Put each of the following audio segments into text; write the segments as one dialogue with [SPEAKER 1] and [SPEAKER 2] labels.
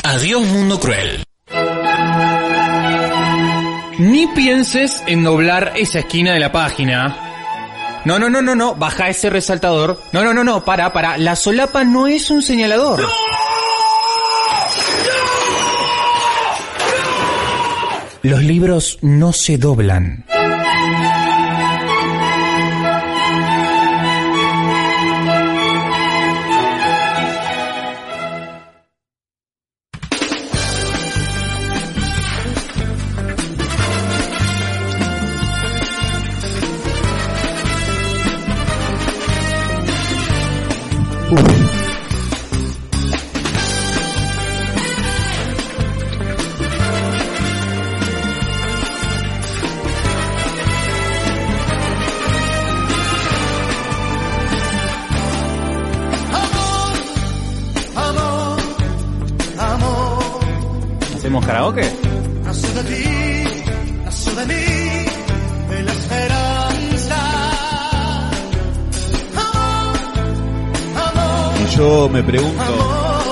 [SPEAKER 1] Adiós mundo cruel.
[SPEAKER 2] Ni pienses en doblar esa esquina de la página. No, baja ese resaltador. No, para. La solapa no es un señalador. ¡No! Los libros no se doblan.
[SPEAKER 3] ¿Hacemos karaoke?
[SPEAKER 4] Nació de mí, de la esperanza. Amor,
[SPEAKER 5] Y yo me pregunto,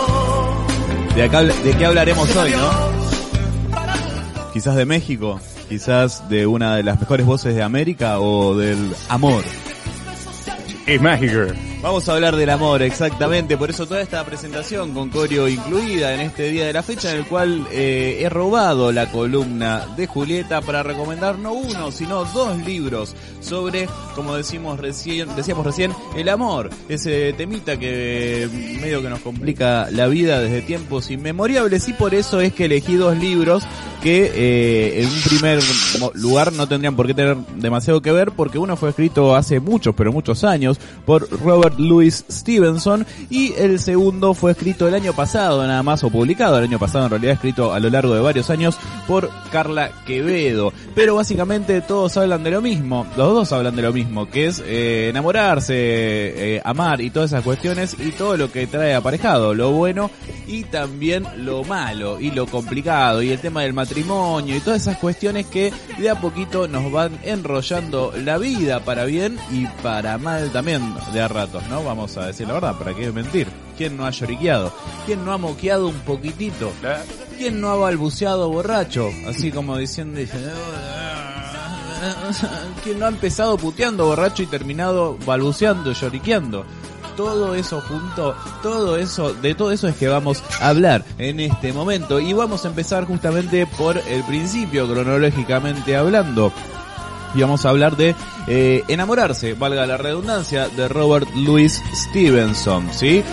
[SPEAKER 5] ¿de qué hablaremos hoy, no? Quizás de México, quizás de una de las mejores voces de América o del amor.
[SPEAKER 3] Es México.
[SPEAKER 5] Vamos a hablar del amor, exactamente, por eso toda esta presentación con coreo incluida en este día de la fecha en el cual he robado la columna de Julieta para recomendar no uno, sino dos libros sobre, como decíamos recién, el amor, ese temita que medio que nos complica la vida desde tiempos inmemorables, y por eso es que elegí dos libros que en un primer lugar no tendrían por qué tener demasiado que ver, porque uno fue escrito hace muchos años por Robert Louis Stevenson y el segundo fue escrito el año pasado nada más, o publicado el año pasado, en realidad escrito a lo largo de varios años por Carla Quevedo. Pero básicamente todos hablan de lo mismo, los dos hablan de lo mismo, que es enamorarse, amar y todas esas cuestiones y todo lo que trae aparejado, lo bueno y también lo malo y lo complicado y el tema del matrimonio y todas esas cuestiones que de a poquito nos van enrollando la vida para bien y para mal también de a ratos, ¿no? Vamos a decir la verdad, ¿para qué mentir? ¿Quién no ha lloriqueado? ¿Quién no ha moqueado un poquitito? ¿Quién no ha balbuceado borracho? Así como diciendo... ¿Quién no ha empezado puteando borracho y terminado balbuceando, lloriqueando? Todo eso junto, de todo eso es que vamos a hablar en este momento. Y vamos a empezar justamente por el principio, cronológicamente hablando. Y vamos a hablar de enamorarse, valga la redundancia, de Robert Louis Stevenson, ¿sí?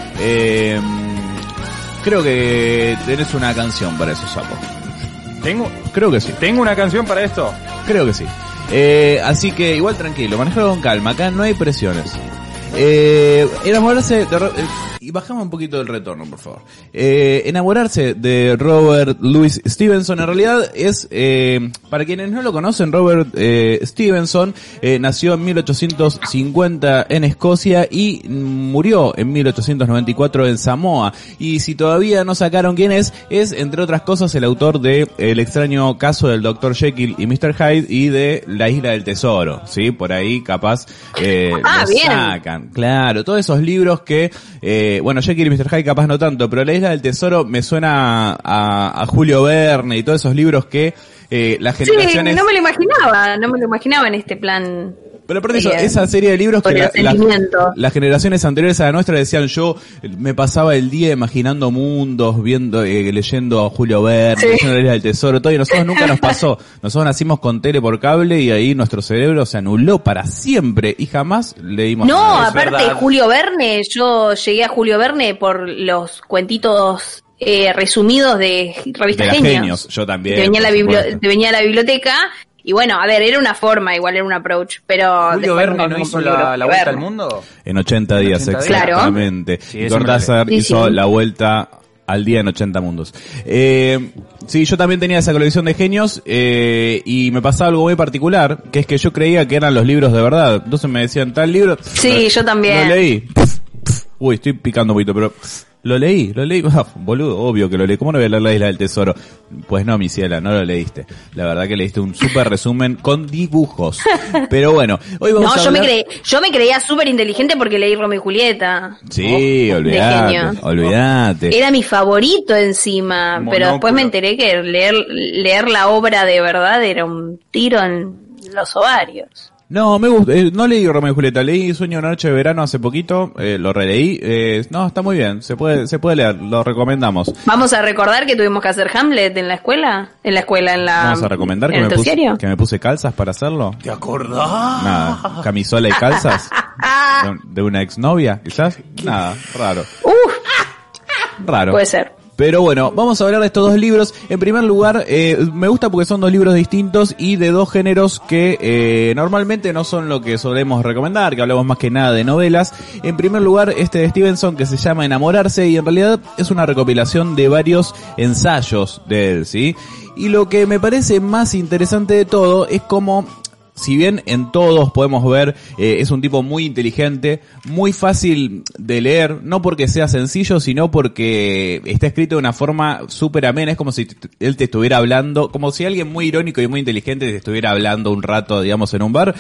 [SPEAKER 5] Creo que tenés una canción para eso, Sapo. Creo que sí.
[SPEAKER 3] ¿Tengo una canción para esto?
[SPEAKER 5] Creo que sí. Así que igual tranquilo, manejalo con calma, acá no hay presiones. Enamorarse de y bajamos un poquito del retorno, por favor. Enamorarse de Robert Louis Stevenson en realidad es, para quienes no lo conocen, Robert Stevenson nació en 1850 en Escocia y murió en 1894 en Samoa. Y si todavía no sacaron quién es entre otras cosas el autor de El extraño caso del Dr. Jekyll y Mr. Hyde y de La isla del tesoro, ¿sí? Por ahí capaz lo sacan. Claro, todos esos libros que, bueno, Jekyll y Mr. Hyde capaz no tanto, pero La isla del tesoro me suena a Julio Verne y todos esos libros que las generaciones...
[SPEAKER 6] Sí, no me lo imaginaba en este plan.
[SPEAKER 5] Pero aparte eso, esa serie de libros que las generaciones anteriores a la nuestra decían, yo me pasaba el día imaginando mundos, viendo, leyendo a Julio Verne, leyendo La isla del tesoro, todo, y a nosotros nunca nos pasó. Nosotros nacimos con tele por cable y ahí nuestro cerebro se anuló para siempre y jamás leímos nada.
[SPEAKER 6] No, aparte de Julio Verne, yo llegué a Julio Verne por los cuentitos resumidos de Revista Genios.
[SPEAKER 5] Yo también.
[SPEAKER 6] Te venía a la biblioteca. Y bueno, a ver, era una forma, igual era un approach, pero...
[SPEAKER 3] ¿Julio Verne no hizo la vuelta al mundo?
[SPEAKER 5] En 80 días, exactamente.
[SPEAKER 6] Claro.
[SPEAKER 5] Sí, y Cortázar hizo la vuelta al día en 80 mundos. Sí, yo también tenía esa colección de genios, y me pasaba algo muy particular, que es que yo creía que eran los libros de verdad. Entonces me decían, tal libro...
[SPEAKER 6] Sí, yo también.
[SPEAKER 5] Lo leí. Uy, estoy picando un poquito, pero... Lo leí, boludo, obvio que lo leí. ¿Cómo no voy a leer La Isla del Tesoro? Pues no, mi ciela, no lo leíste. La verdad que leíste un súper resumen con dibujos. Pero bueno, hoy vamos a hablar...
[SPEAKER 6] yo me creía súper inteligente porque leí Romeo y Julieta.
[SPEAKER 5] Sí, olvídate.
[SPEAKER 6] Era mi favorito encima, pero después me enteré que leer la obra de verdad era un tiro en los ovarios.
[SPEAKER 5] No, me gusta, no leí Romeo y Julieta, leí Sueño de una noche de verano hace poquito, lo releí, no, está muy bien, se puede leer, lo recomendamos.
[SPEAKER 6] Vamos a recordar que tuvimos que hacer Hamlet en la escuela,
[SPEAKER 5] vamos a recomendar que me puse calzas para hacerlo.
[SPEAKER 3] ¿Te acordás?
[SPEAKER 5] Nada, camisola y calzas de una exnovia, quizás, nada, raro. Raro.
[SPEAKER 6] Puede ser.
[SPEAKER 5] Pero bueno, vamos a hablar de estos dos libros. En primer lugar, me gusta porque son dos libros distintos y de dos géneros que normalmente no son lo que solemos recomendar, que hablamos más que nada de novelas. En primer lugar, este de Stevenson que se llama Enamorarse y en realidad es una recopilación de varios ensayos de él, ¿sí? Y lo que me parece más interesante de todo es cómo... Si bien en todos podemos ver, es un tipo muy inteligente, muy fácil de leer, no porque sea sencillo, sino porque está escrito de una forma súper amena, es como si él te estuviera hablando, como si alguien muy irónico y muy inteligente te estuviera hablando un rato, digamos, en un bar.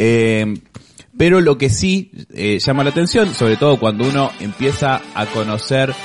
[SPEAKER 5] Pero lo que sí llama la atención, sobre todo cuando uno empieza a conocer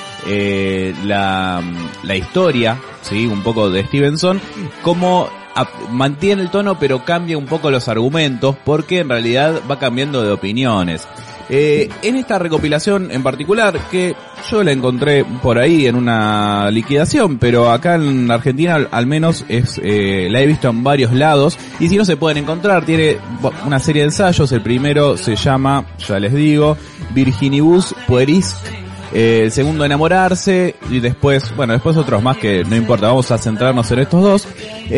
[SPEAKER 5] la historia, sí, un poco de Stevenson, cómo mantiene el tono pero cambia un poco los argumentos porque en realidad va cambiando de opiniones. En esta recopilación en particular, que yo la encontré por ahí en una liquidación, pero acá en Argentina al menos la he visto en varios lados, y si no se pueden encontrar, tiene una serie de ensayos. El primero se llama, ya les digo, Virginibus Pueris, el segundo Enamorarse, y después otros más que no importa, vamos a centrarnos en estos dos.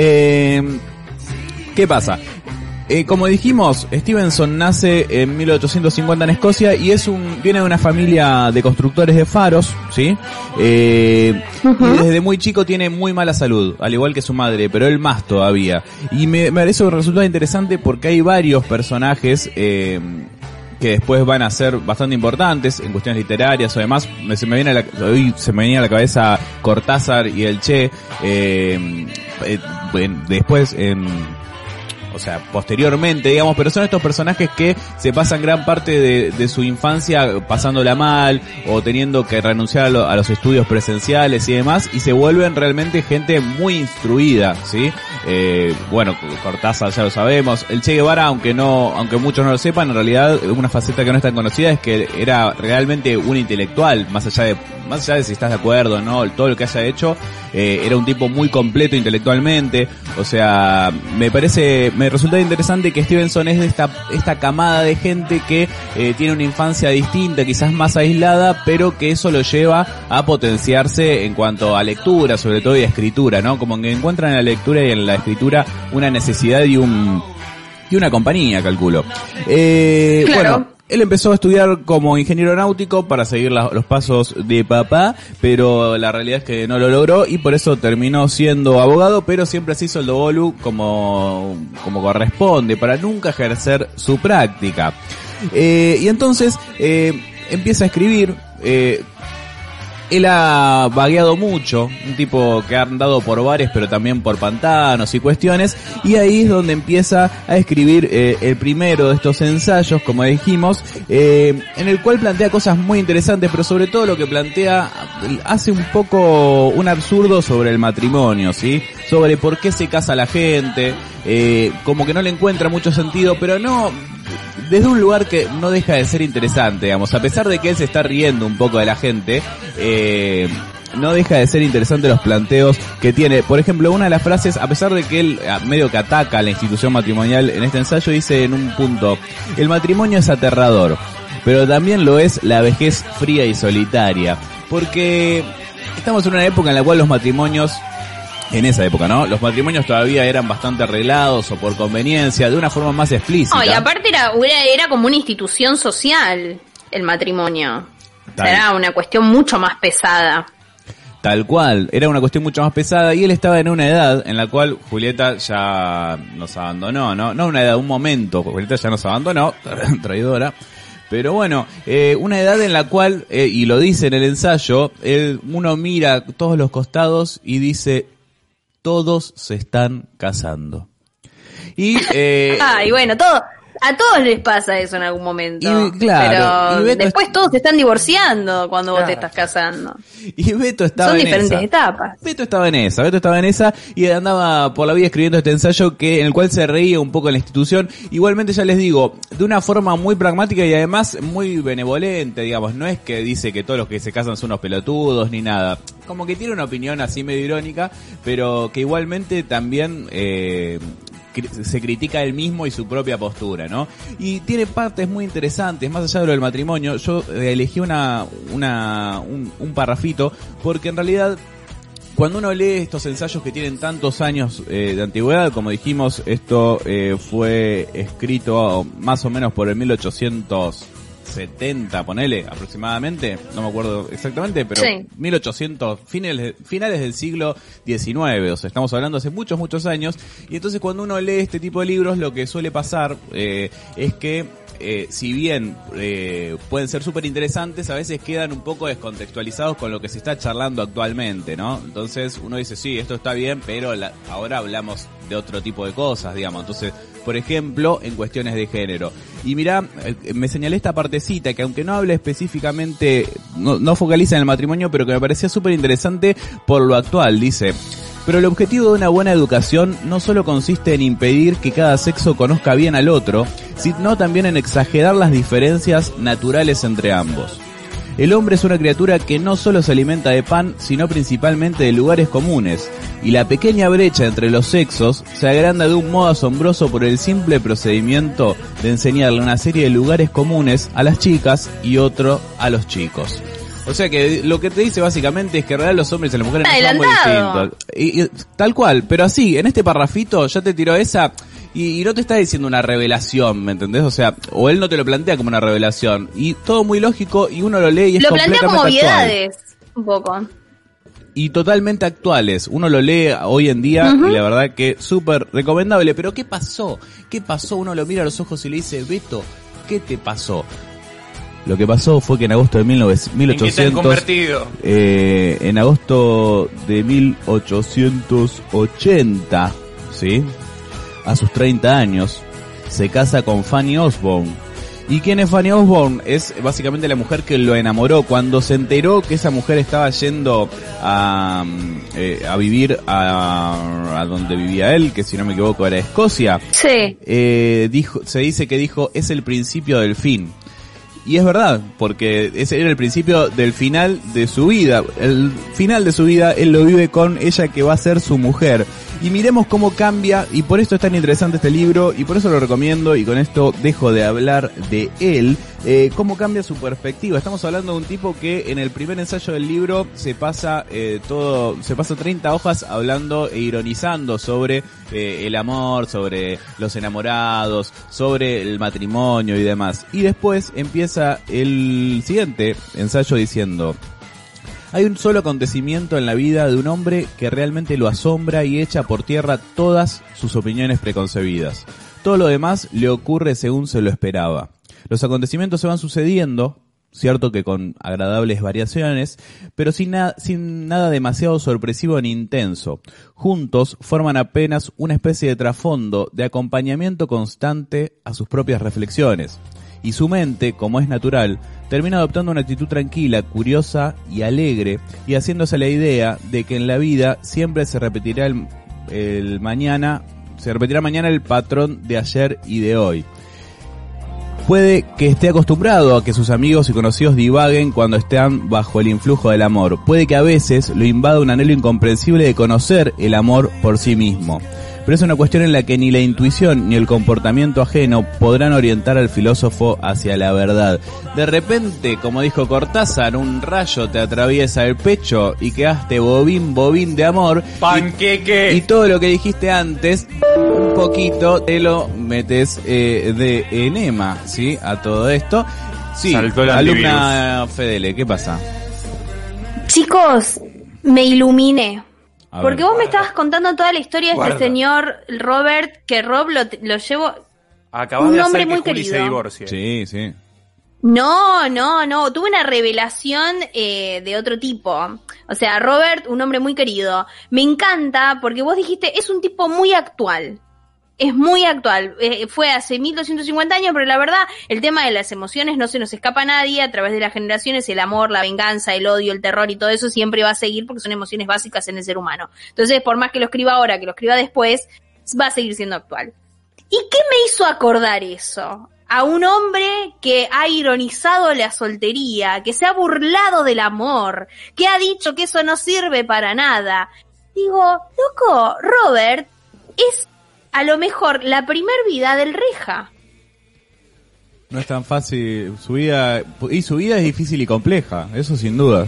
[SPEAKER 5] ¿Qué pasa? Como dijimos, Stevenson nace en 1850 en Escocia y viene de una familia de constructores de faros, ¿sí? Y desde muy chico tiene muy mala salud, al igual que su madre, pero él más todavía. Y me parece un resultado interesante porque hay varios personajes que después van a ser bastante importantes en cuestiones literarias o demás. Se me venía a la cabeza Cortázar y el Che, después posteriormente, digamos, pero son estos personajes que se pasan gran parte de su infancia pasándola mal o teniendo que renunciar a los estudios presenciales y demás, y se vuelven realmente gente muy instruida, ¿sí? Cortázar ya lo sabemos, el Che Guevara, aunque muchos no lo sepan, en realidad una faceta que no es tan conocida es que era realmente un intelectual, más allá de si estás de acuerdo o no, todo lo que haya hecho, era un tipo muy completo intelectualmente. O sea, me resulta interesante que Stevenson es de esta camada de gente que tiene una infancia distinta, quizás más aislada, pero que eso lo lleva a potenciarse en cuanto a lectura, sobre todo, y a escritura, ¿no? Como que encuentran en la lectura y en la escritura una necesidad y una compañía, calculo.
[SPEAKER 6] Claro.
[SPEAKER 5] Bueno, él empezó a estudiar como ingeniero náutico para seguir los pasos de papá, pero la realidad es que no lo logró y por eso terminó siendo abogado, pero siempre se hizo el dobolu como corresponde, para nunca ejercer su práctica. Y entonces empieza a escribir. Él ha vagueado mucho, un tipo que ha andado por bares pero también por pantanos y cuestiones, y ahí es donde empieza a escribir el primero de estos ensayos, como dijimos, en el cual plantea cosas muy interesantes, pero sobre todo lo que plantea hace un poco un absurdo sobre el matrimonio, ¿sí? Sobre por qué se casa la gente, como que no le encuentra mucho sentido, pero no... desde un lugar que no deja de ser interesante, digamos, a pesar de que él se está riendo un poco de la gente, no deja de ser interesante los planteos que tiene. Por ejemplo, una de las frases, a pesar de que él medio que ataca a la institución matrimonial en este ensayo, dice en un punto: el matrimonio es aterrador, pero también lo es la vejez fría y solitaria, porque estamos en una época en la cual los matrimonios... En esa época, ¿no? Los matrimonios todavía eran bastante arreglados o por conveniencia, de una forma más explícita.
[SPEAKER 6] No, y aparte era como una institución social el matrimonio. O sea, era una cuestión mucho más pesada.
[SPEAKER 5] Tal cual, era una cuestión mucho más pesada y él estaba en una edad en la cual Julieta ya nos abandonó, ¿no? No una edad, un momento, Julieta ya nos abandonó, traidora. Pero bueno, una edad en la cual, y lo dice en el ensayo, uno mira todos los costados y dice, todos se están casando. Y
[SPEAKER 6] bueno, a todos les pasa eso en algún momento.
[SPEAKER 5] Y, claro,
[SPEAKER 6] pero después todos se están divorciando cuando vos te estás casando.
[SPEAKER 5] Y Beto estaba
[SPEAKER 6] Son
[SPEAKER 5] en
[SPEAKER 6] diferentes
[SPEAKER 5] esa.
[SPEAKER 6] etapas.
[SPEAKER 5] Beto estaba en esa y andaba por la vida escribiendo este ensayo en el cual se reía un poco en la institución. Igualmente, ya les digo, de una forma muy pragmática y además muy benevolente, digamos. No es que dice que todos los que se casan son unos pelotudos ni nada. Como que tiene una opinión así medio irónica, pero que igualmente también se critica él mismo y su propia postura, ¿no? Y tiene partes muy interesantes, más allá de lo del matrimonio. Yo elegí un parrafito, porque en realidad, cuando uno lee estos ensayos que tienen tantos años de antigüedad, como dijimos, esto fue escrito más o menos por el 1870, ponele, aproximadamente, no me acuerdo exactamente, pero sí. 1800, finales del siglo XIX, o sea, estamos hablando hace muchos años, y entonces cuando uno lee este tipo de libros, lo que suele pasar es que si bien pueden ser súper interesantes, a veces quedan un poco descontextualizados con lo que se está charlando actualmente, ¿no? Entonces uno dice, sí, esto está bien, pero ahora hablamos de otro tipo de cosas, digamos. Entonces, por ejemplo, en cuestiones de género. Y mirá, me señalé esta partecita que aunque no habla específicamente, no focaliza en el matrimonio, pero que me parecía súper interesante por lo actual, dice: pero el objetivo de una buena educación no solo consiste en impedir que cada sexo conozca bien al otro, sino también en exagerar las diferencias naturales entre ambos. El hombre es una criatura que no solo se alimenta de pan, sino principalmente de lugares comunes, y la pequeña brecha entre los sexos se agranda de un modo asombroso por el simple procedimiento de enseñarle una serie de lugares comunes a las chicas y otro a los chicos. O sea que lo que te dice básicamente es que en realidad los hombres y las mujeres no son muy distintos. Y tal cual, pero así, en este parrafito ya te tiró esa... Y no te está diciendo una revelación, ¿me entendés? O sea, o él no te lo plantea como una revelación. Y todo muy lógico y uno lo lee y es completamente actual. Lo plantea como obviedades,
[SPEAKER 6] un poco.
[SPEAKER 5] Y totalmente actuales. Uno lo lee hoy en día y la verdad que súper recomendable. Pero ¿qué pasó? ¿Qué pasó? Uno lo mira a los ojos y le dice, Beto, ¿qué te pasó? Lo que pasó fue que en agosto de 1800... en agosto de 1880, ¿sí? A sus 30 años, se casa con Fanny Osborne. ¿Y quién es Fanny Osborne? Es básicamente la mujer que lo enamoró. Cuando se enteró que esa mujer estaba yendo a vivir a donde vivía él, que si no me equivoco era Escocia.
[SPEAKER 6] Sí.
[SPEAKER 5] Se dice que dijo, es el principio del fin. Y es verdad, porque ese era el principio del final de su vida. El final de su vida él lo vive con ella que va a ser su mujer. Y miremos cómo cambia, y por esto es tan interesante este libro, y por eso lo recomiendo, y con esto dejo de hablar de él, cómo cambia su perspectiva. Estamos hablando de un tipo que en el primer ensayo del libro se pasa 30 hojas hablando e ironizando sobre el amor, sobre los enamorados, sobre el matrimonio y demás. Y después empieza el siguiente ensayo diciendo: hay un solo acontecimiento en la vida de un hombre que realmente lo asombra y echa por tierra todas sus opiniones preconcebidas. Todo lo demás le ocurre según se lo esperaba. Los acontecimientos se van sucediendo, cierto que con agradables variaciones, pero sin nada demasiado sorpresivo ni intenso. Juntos forman apenas una especie de trasfondo de acompañamiento constante a sus propias reflexiones. Y su mente, como es natural, termina adoptando una actitud tranquila, curiosa y alegre, y haciéndose la idea de que en la vida siempre se repetirá mañana el patrón de ayer y de hoy. Puede que esté acostumbrado a que sus amigos y conocidos divaguen cuando están bajo el influjo del amor. Puede que a veces lo invada un anhelo incomprensible de conocer el amor por sí mismo. Pero es una cuestión en la que ni la intuición ni el comportamiento ajeno podrán orientar al filósofo hacia la verdad. De repente, como dijo Cortázar, un rayo te atraviesa el pecho y quedaste bobín de amor.
[SPEAKER 2] ¡Panqueque!
[SPEAKER 5] Y todo lo que dijiste antes, un poquito te lo metes de enema, ¿sí? A todo esto. Sí, alumna Fedele, ¿qué pasa?
[SPEAKER 6] Chicos, me iluminé. Porque vos me estabas contando toda la historia de este señor Robert, que Rob lo llevo...
[SPEAKER 2] Acabas de hacer que Juli se divorcie.
[SPEAKER 5] Sí, sí.
[SPEAKER 6] No, tuve una revelación de otro tipo. O sea, Robert, un hombre muy querido. Me encanta porque vos dijiste, es un tipo muy actual. Es muy actual. Fue hace 1250 años, pero la verdad, el tema de las emociones no se nos escapa a nadie. A través de las generaciones, el amor, la venganza, el odio, el terror y todo eso siempre va a seguir porque son emociones básicas en el ser humano. Entonces, por más que lo escriba ahora, que lo escriba después, va a seguir siendo actual. ¿Y qué me hizo acordar eso? A un hombre que ha ironizado la soltería, que se ha burlado del amor, que ha dicho que eso no sirve para nada. Digo, loco, Robert es a lo mejor la primer vida del Reja.
[SPEAKER 5] No es tan fácil, su vida es difícil y compleja, eso sin duda.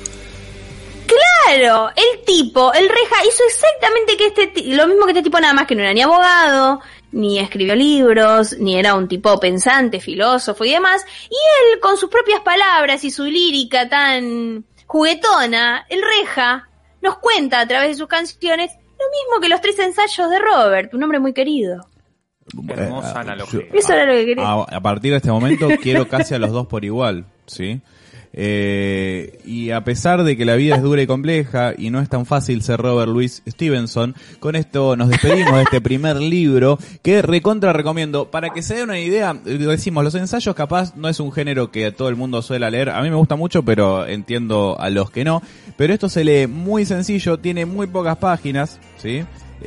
[SPEAKER 6] Claro, el Reja hizo exactamente lo mismo que este tipo, nada más que no era ni abogado, ni escribió libros, ni era un tipo pensante, filósofo y demás, y él con sus propias palabras y su lírica tan juguetona, el Reja nos cuenta a través de sus canciones lo mismo que los 3 ensayos de Robert, un hombre muy querido.
[SPEAKER 3] Hermosa analogía.
[SPEAKER 6] Eso era lo que quería.
[SPEAKER 5] A partir de este momento quiero casi a los dos por igual, ¿sí? Y a pesar de que la vida es dura y compleja y no es tan fácil ser Robert Louis Stevenson, con esto nos despedimos de este primer libro que recontra recomiendo. Para que se den una idea, decimos, los ensayos capaz no es un género que todo el mundo suele leer. A mí me gusta mucho, pero entiendo a los que no. Pero esto se lee muy sencillo, tiene muy pocas páginas, ¿sí?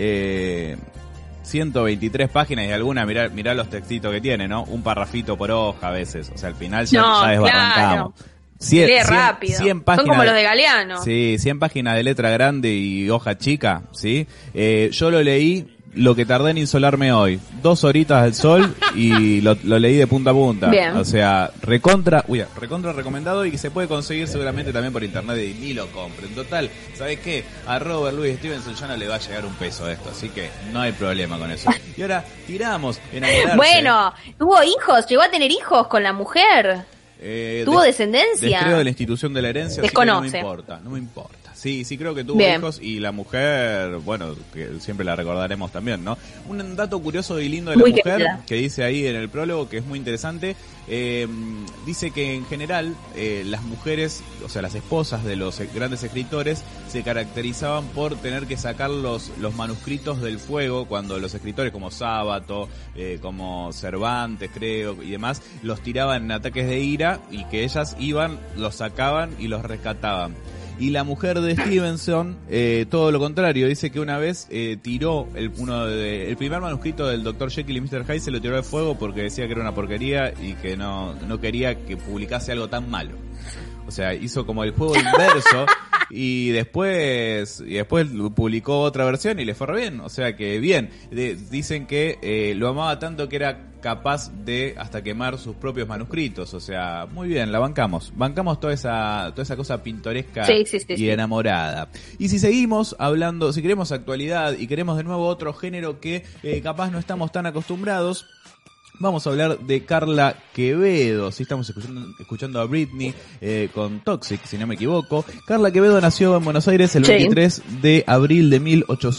[SPEAKER 5] 123 páginas y alguna, mirá los textitos que tiene, ¿no? Un parrafito por hoja a veces. O sea, al final ya desbarrancamos.
[SPEAKER 6] Claro. 100 rápido.
[SPEAKER 5] 100 páginas,
[SPEAKER 6] son como los de Galeano.
[SPEAKER 5] Sí, 100 páginas de letra grande y hoja chica, ¿sí? Yo lo leí lo que tardé en insolarme hoy. 2 horitas al sol y lo leí de punta a punta.
[SPEAKER 6] Bien.
[SPEAKER 5] O sea, recontra recomendado y que se puede conseguir seguramente también por internet y ni lo compren. Total, ¿sabes qué? A Robert Louis Stevenson ya no le va a llegar un peso de esto, así que no hay problema con eso. Y ahora tiramos enamorarse.
[SPEAKER 6] Bueno, tuvo hijos, llegó a tener hijos con la mujer. ¿Tuvo descendencia?
[SPEAKER 5] Creo de la institución de la herencia.
[SPEAKER 6] Desconoce.
[SPEAKER 5] Sí, no me importa. Sí, creo que tuvo hijos y la mujer, bueno, que siempre la recordaremos también, ¿no? Un dato curioso y lindo de la mujer querida, que dice ahí en el prólogo, que es muy interesante, dice que en general las mujeres, o sea, las esposas de los grandes escritores, se caracterizaban por tener que sacar los manuscritos del fuego cuando los escritores como Sábato, como Cervantes, creo, y demás, los tiraban en ataques de ira y que ellas iban, los sacaban y los rescataban. Y la mujer de Stevenson, todo lo contrario, dice que una vez tiró el primer manuscrito del Dr. Jekyll y Mr. Hyde, se lo tiró al fuego porque decía que era una porquería y que no quería que publicase algo tan malo. O sea, hizo como el juego inverso y después publicó otra versión y le fue re bien. O sea que bien. Dicen que lo amaba tanto que era capaz de hasta quemar sus propios manuscritos. O sea, muy bien, la bancamos. Bancamos toda esa cosa pintoresca y enamorada. Y si seguimos hablando, si queremos actualidad y queremos de nuevo otro género que capaz no estamos tan acostumbrados, vamos a hablar de Carla Quevedo. Sí, estamos escuchando a Britney con Toxic, si no me equivoco. Carla Quevedo nació en Buenos Aires el 23 de abril de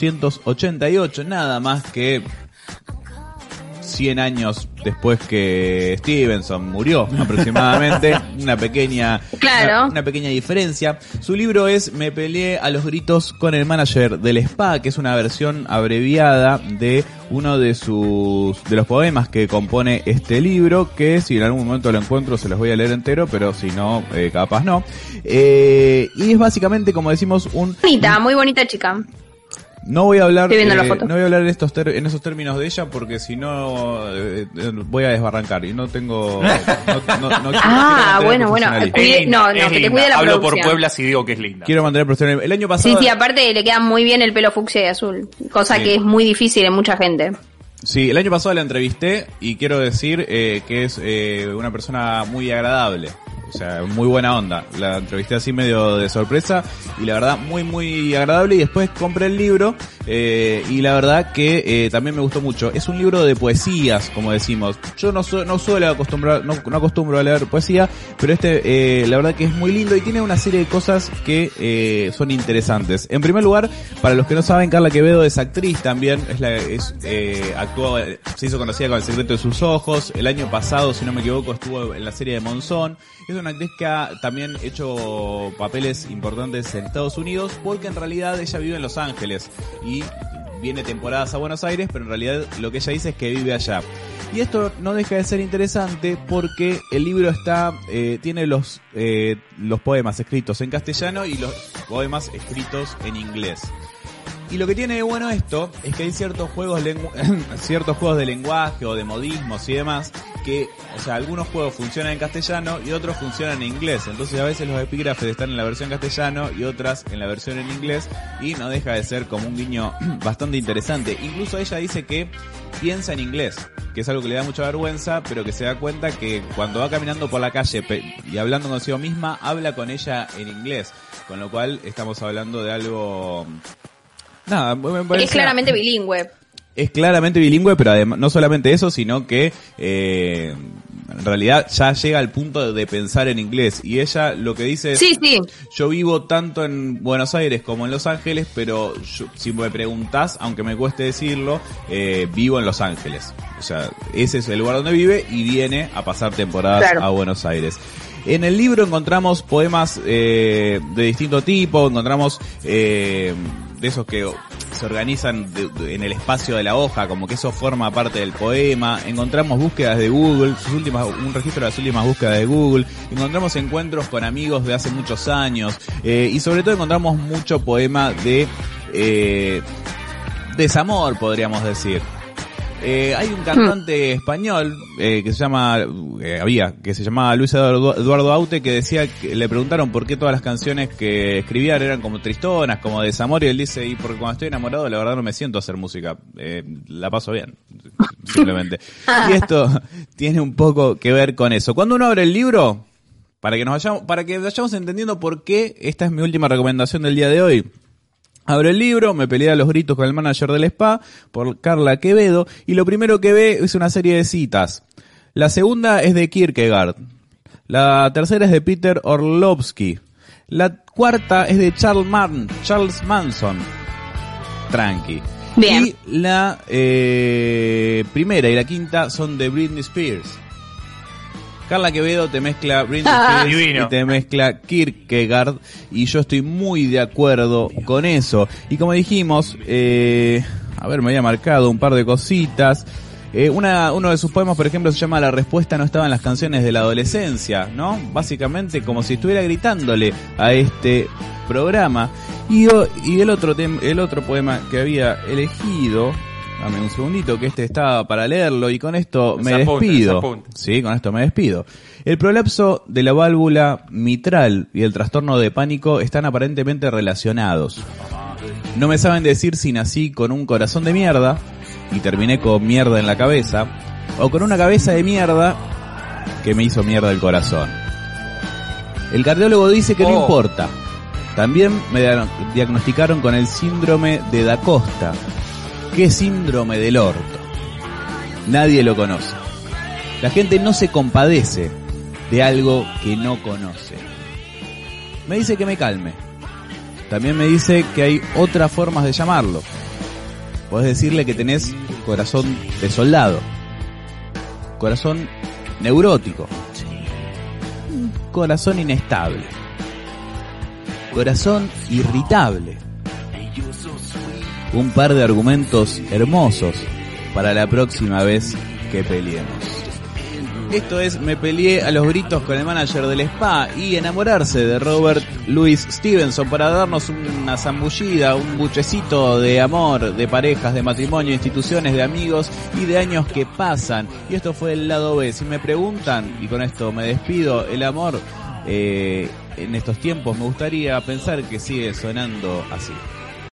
[SPEAKER 5] 1888, nada más que 100 años después que Stevenson murió, aproximadamente. una pequeña diferencia. Su libro es Me peleé a los gritos con el manager del spa, que es una versión abreviada de uno de los poemas que compone este libro, que si en algún momento lo encuentro se los voy a leer entero, pero si no, capaz no. Y es básicamente, como decimos,
[SPEAKER 6] muy bonita chica.
[SPEAKER 5] No voy a hablar en esos términos de ella porque si no voy a desbarrancar y no tengo
[SPEAKER 6] bueno, que te cuide la
[SPEAKER 3] Hablo
[SPEAKER 6] producción.
[SPEAKER 3] por Puebla si digo que es linda.
[SPEAKER 5] Quiero mantener profesional. El año pasado
[SPEAKER 6] Sí, aparte le queda muy bien el pelo fucsia y azul, cosa que es muy difícil en mucha gente.
[SPEAKER 5] Sí, el año pasado la entrevisté y quiero decir que es una persona muy agradable. O sea, muy buena onda. La entrevisté así medio de sorpresa y la verdad muy muy agradable. Y después compré el libro y la verdad que también me gustó mucho. Es un libro de poesías, como decimos. Yo no acostumbro a leer poesía, pero la verdad que es muy lindo y tiene una serie de cosas que son interesantes. En primer lugar, para los que no saben, Carla Quevedo es actriz también, actuó, se hizo conocida con El secreto de sus ojos. El año pasado, si no me equivoco, estuvo en la serie de Monzón. Es una actriz que ha también hecho papeles importantes en Estados Unidos, porque en realidad ella vive en Los Ángeles y viene temporadas a Buenos Aires, pero en realidad lo que ella dice es que vive allá. Y esto no deja de ser interesante porque el libro tiene los poemas escritos en castellano y los poemas escritos en inglés. Y lo que tiene de bueno esto es que hay ciertos juegos de lenguaje o de modismos y demás que, o sea, algunos juegos funcionan en castellano y otros funcionan en inglés. Entonces a veces los epígrafes están en la versión castellano y otras en la versión en inglés, y no deja de ser como un guiño bastante interesante. Incluso ella dice que piensa en inglés, que es algo que le da mucha vergüenza, pero que se da cuenta que cuando va caminando por la calle y hablando consigo misma, habla con ella en inglés. Con lo cual estamos hablando de algo... Nada, me parece...
[SPEAKER 6] Es claramente bilingüe.
[SPEAKER 5] Es claramente bilingüe, pero además, no solamente eso, sino que en realidad ya llega al punto de pensar en inglés. Y ella lo que dice es,
[SPEAKER 6] sí.
[SPEAKER 5] Yo vivo tanto en Buenos Aires como en Los Ángeles, pero si me preguntás, aunque me cueste decirlo, vivo en Los Ángeles. O sea, ese es el lugar donde vive y viene a pasar temporadas a Buenos Aires. En el libro encontramos poemas de distinto tipo, encontramos de esos que se organizan en el espacio de la hoja, como que eso forma parte del poema. Encontramos búsquedas de Google, un registro de las últimas búsquedas de Google. Encontramos encuentros con amigos de hace muchos años, y sobre todo encontramos mucho poema de desamor, podríamos decir. Hay un cantante español que se llamaba Luis Eduardo Aute, que decía que le preguntaron por qué todas las canciones que escribía eran como tristonas, como de desamor, y él dice, y porque cuando estoy enamorado la verdad no me siento a hacer música, la paso bien, simplemente. Y esto tiene un poco que ver con eso. Cuando uno abre el libro, para que vayamos entendiendo por qué esta es mi última recomendación del día de hoy. Abro el libro, me peleé a los gritos con el manager del spa, por Carla Quevedo, y lo primero que ve es una serie de citas. La segunda es de Kierkegaard. La tercera es de Peter Orlovsky. La cuarta es de Charles Manson. Tranqui.
[SPEAKER 6] Bien.
[SPEAKER 5] Y la primera y la quinta son de Britney Spears. Carla Quevedo te mezcla Britney Spears y te mezcla Kierkegaard, y yo estoy muy de acuerdo con eso. Y como dijimos, me había marcado un par de cositas. Uno de sus poemas, por ejemplo, se llama La respuesta no estaba en las canciones de la adolescencia, ¿no? Básicamente como si estuviera gritándole a este programa. Y el otro poema que había elegido, dame un segundito que estaba para leerlo, y con esto me despido. Sí, con esto me despido. El prolapso de la válvula mitral y el trastorno de pánico están aparentemente relacionados. No me saben decir si nací con un corazón de mierda y terminé con mierda en la cabeza, o con una cabeza de mierda que me hizo mierda el corazón. El cardiólogo dice que no importa. También me diagnosticaron con el síndrome de Da Costa. ¿Qué síndrome del orto? Nadie lo conoce. La gente no se compadece de algo que no conoce. Me dice que me calme. También me dice que hay otras formas de llamarlo. Podés decirle que tenés corazón de soldado, corazón neurótico, corazón inestable, corazón irritable. Un par de argumentos hermosos para la próxima vez que peleemos. Esto es Me peleé a los gritos con el manager del spa, y enamorarse de Robert Louis Stevenson para darnos una zambullida, un buchecito de amor, de parejas, de matrimonio, instituciones, de amigos y de años que pasan. Y esto fue el lado B. Si me preguntan, y con esto me despido, el amor en estos tiempos me gustaría pensar que sigue sonando así.